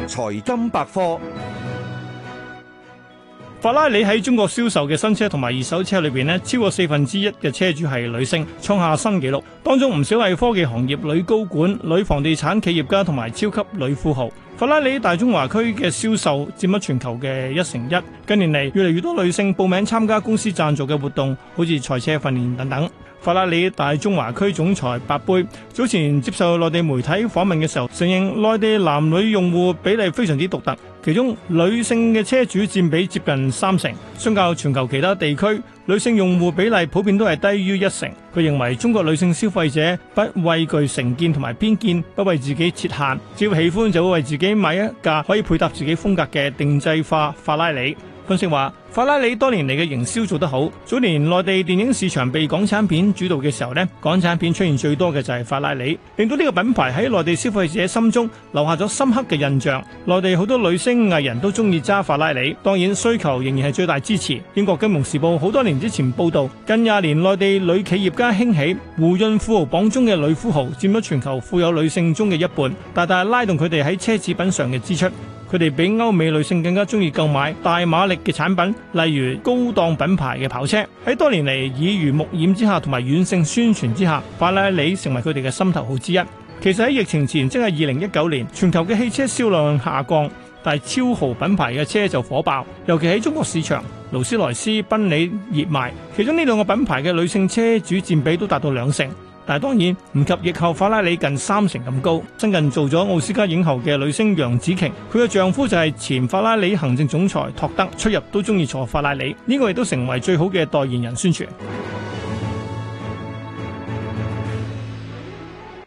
財金百科。 法拉利喺中國銷售嘅新車同埋二手車裏邊呢，超過1/4嘅車主係女性，創下新紀錄。當中唔少係科技行業女高管、女房地產企業家同埋超級女富豪。法拉利大中華區嘅銷售佔咗全球嘅1/1。近年嚟，越嚟越多女性報名參加公司贊助嘅活動，好似賽車訓練等等。法拉利大中華區總裁白貝早前接受內地媒體訪問嘅時候，承認內地男女用戶比例非常之獨特，其中女性嘅車主佔比接近30%，相較全球其他地區，女性用戶比例普遍都係低於1成。佢認為中國女性消費者不畏懼成見同埋偏見，不為自己設限，只要喜歡就會為自己買一架可以配搭自己風格嘅定制化法拉利。分析話，法拉利多年嚟嘅營銷做得好。早年內地電影市場被港產片主導嘅時候呢，港產片出現最多嘅就係法拉利，令到呢個品牌喺內地消費者心中留下咗深刻嘅印象。內地好多女星藝人都中意揸法拉利，當然需求仍然係最大支持。英國金融時報好多年之前報道，近20年內地女企業家興起，胡潤富豪榜中嘅女富豪佔咗全球富有女性中嘅一半，大大拉動佢哋喺奢侈品上嘅支出。佢哋比歐美女性更加中意購買大馬力嘅產品，例如高檔品牌嘅跑車。喺多年嚟耳濡目染之下同埋軟性宣傳之下，法拉利成為佢哋嘅心頭好之一。其實喺疫情前，即係2019年，全球嘅汽車銷量下降，但係超豪品牌嘅車就火爆，尤其喺中國市場，勞斯萊斯、賓利熱賣，其中呢兩個品牌嘅女性車主佔比都達到2成。但係當然唔及疫後法拉利近3成咁高。新近做咗奧斯卡影后嘅女星楊紫瓊，佢嘅丈夫就係前法拉利行政總裁托德，出入都中意坐法拉利，呢個亦都成為最好嘅代言人宣傳。